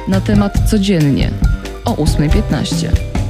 Na temat codziennie o 8:15.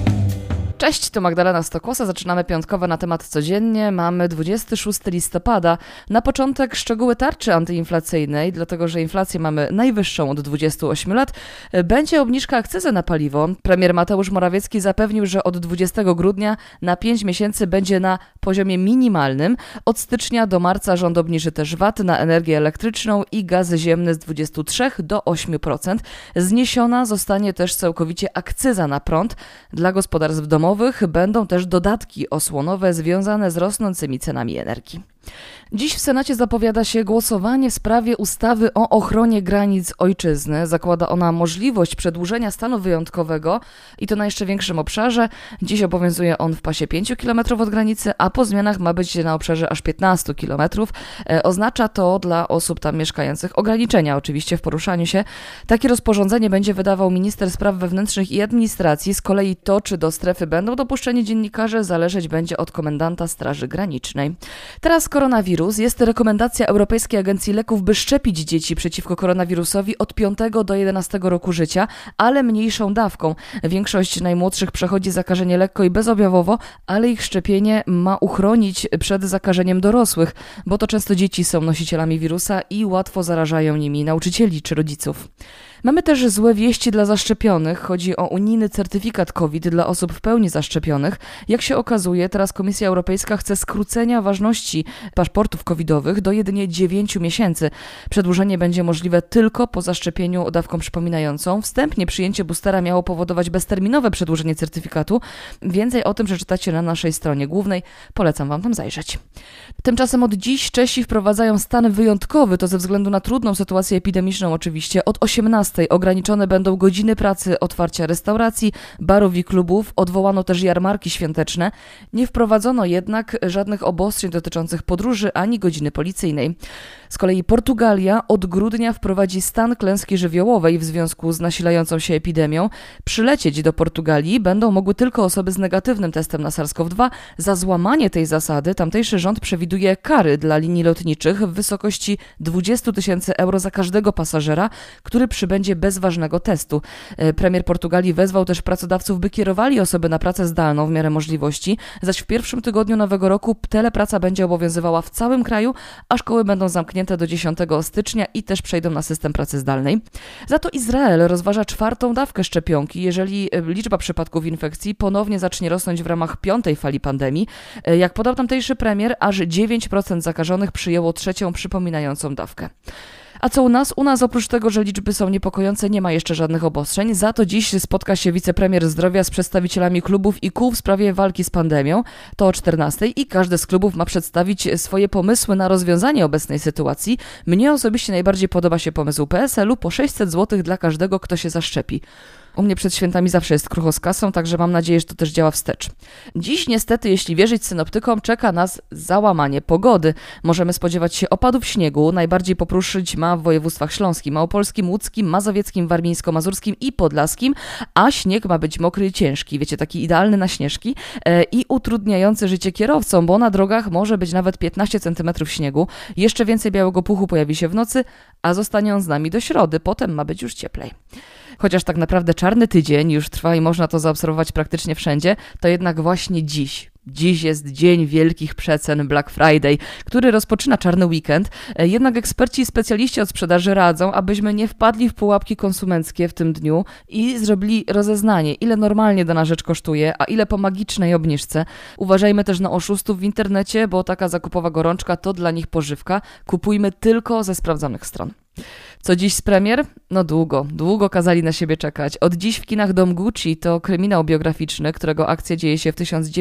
Cześć, to Magdalena Stokłosa. Zaczynamy piątkowe Na temat codziennie. Mamy 26 listopada. Na początek szczegóły tarczy antyinflacyjnej, dlatego że inflację mamy najwyższą od 28 lat. Będzie obniżka akcyzy na paliwo. Premier Mateusz Morawiecki zapewnił, że od 20 grudnia na 5 miesięcy będzie na poziomie minimalnym. Od stycznia do marca rząd obniży też VAT na energię elektryczną i gaz ziemny z 23 do 8%. Zniesiona zostanie też całkowicie akcyza na prąd. Dla gospodarstw domowych będą też dodatki osłonowe związane z rosnącymi cenami energii. Dziś w Senacie zapowiada się głosowanie w sprawie ustawy o ochronie granic ojczyzny. Zakłada ona możliwość przedłużenia stanu wyjątkowego i to na jeszcze większym obszarze. Dziś obowiązuje on w pasie 5 km od granicy, a po zmianach ma być na obszarze aż 15 km. Oznacza to dla osób tam mieszkających ograniczenia oczywiście w poruszaniu się. Takie rozporządzenie będzie wydawał minister spraw wewnętrznych i administracji. Z kolei to, czy do strefy będą dopuszczeni dziennikarze, zależeć będzie od komendanta Straży Granicznej. Teraz koronawirus. Jest rekomendacja Europejskiej Agencji Leków, by szczepić dzieci przeciwko koronawirusowi od 5 do 11 roku życia, ale mniejszą dawką. Większość najmłodszych przechodzi zakażenie lekko i bezobjawowo, ale ich szczepienie ma uchronić przed zakażeniem dorosłych, bo to często dzieci są nosicielami wirusa i łatwo zarażają nimi nauczycieli czy rodziców. Mamy też złe wieści dla zaszczepionych. Chodzi o unijny certyfikat COVID dla osób w pełni zaszczepionych. Jak się okazuje, teraz Komisja Europejska chce skrócenia ważności paszportów covidowych do jedynie 9 miesięcy. Przedłużenie będzie możliwe tylko po zaszczepieniu dawką przypominającą. Wstępnie przyjęcie boostera miało powodować bezterminowe przedłużenie certyfikatu. Więcej o tym przeczytacie na naszej stronie głównej. Polecam Wam tam zajrzeć. Tymczasem od dziś Czesi wprowadzają stan wyjątkowy, to ze względu na trudną sytuację epidemiczną oczywiście. Od 18 ograniczone będą godziny pracy, otwarcia restauracji, barów i klubów. Odwołano też jarmarki świąteczne. Nie wprowadzono jednak żadnych obostrzeń dotyczących podróży ani godziny policyjnej. Z kolei Portugalia od grudnia wprowadzi stan klęski żywiołowej w związku z nasilającą się epidemią. Przylecieć do Portugalii będą mogły tylko osoby z negatywnym testem na SARS-CoV-2. Za złamanie tej zasady tamtejszy rząd przewiduje kary dla linii lotniczych w wysokości 20 000 euro za każdego pasażera, który przybędzie bez ważnego testu. Premier Portugalii wezwał też pracodawców, by kierowali osoby na pracę zdalną w miarę możliwości, zaś w pierwszym tygodniu nowego roku telepraca będzie obowiązywała w całym kraju, a szkoły będą zamknięte do 10 stycznia i też przejdą na system pracy zdalnej. Za to Izrael rozważa 4. dawkę szczepionki, jeżeli liczba przypadków infekcji ponownie zacznie rosnąć w ramach 5. fali pandemii. Jak podał tamtejszy premier, aż 9% zakażonych przyjęło 3. przypominającą dawkę. A co u nas? U nas oprócz tego, że liczby są niepokojące, nie ma jeszcze żadnych obostrzeń. Za to dziś spotka się wicepremier zdrowia z przedstawicielami klubów i kół w sprawie walki z pandemią. To o 14:00 i każdy z klubów ma przedstawić swoje pomysły na rozwiązanie obecnej sytuacji. Mnie osobiście najbardziej podoba się pomysł PSL-u po 600 zł dla każdego, kto się zaszczepi. U mnie przed świętami zawsze jest krucho z kasą, także mam nadzieję, że to też działa wstecz. Dziś niestety, jeśli wierzyć synoptykom, czeka nas załamanie pogody. Możemy spodziewać się opadów śniegu. Najbardziej popruszyć ma w województwach śląskim, małopolskim, łódzkim, mazowieckim, warmińsko-mazurskim i podlaskim, a śnieg ma być mokry i ciężki, wiecie, taki idealny na śnieżki i utrudniający życie kierowcom, bo na drogach może być nawet 15 cm śniegu. Jeszcze więcej białego puchu pojawi się w nocy, a zostanie on z nami do środy. Potem ma być już cieplej. Chociaż tak naprawdę czarny tydzień już trwa i można to zaobserwować praktycznie wszędzie, to jednak właśnie dziś. Dziś jest dzień wielkich przecen Black Friday, który rozpoczyna czarny weekend. Jednak eksperci i specjaliści od sprzedaży radzą, abyśmy nie wpadli w pułapki konsumenckie w tym dniu i zrobili rozeznanie, ile normalnie dana rzecz kosztuje, a ile po magicznej obniżce. Uważajmy też na oszustów w internecie, bo taka zakupowa gorączka to dla nich pożywka. Kupujmy tylko ze sprawdzonych stron. Co dziś z premier? No długo kazali na siebie czekać. Od dziś w kinach Dom Gucci to kryminał biograficzny, którego akcja dzieje się w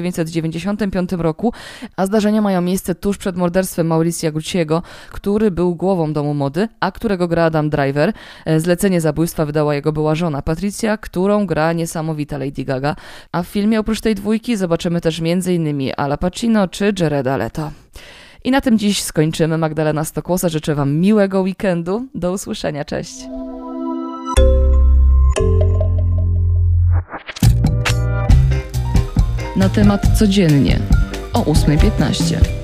1995 roku, a zdarzenia mają miejsce tuż przed morderstwem Mauricia Gucciego, który był głową domu mody, a którego gra Adam Driver. Zlecenie zabójstwa wydała jego była żona Patricia, którą gra niesamowita Lady Gaga. A w filmie oprócz tej dwójki zobaczymy też m.in. Ala Pacino czy Jareda Leto. I na tym dziś skończymy. Magdalena Stokłosa, życzę Wam miłego weekendu. Do usłyszenia. Cześć. Na temat codziennie o 8:15.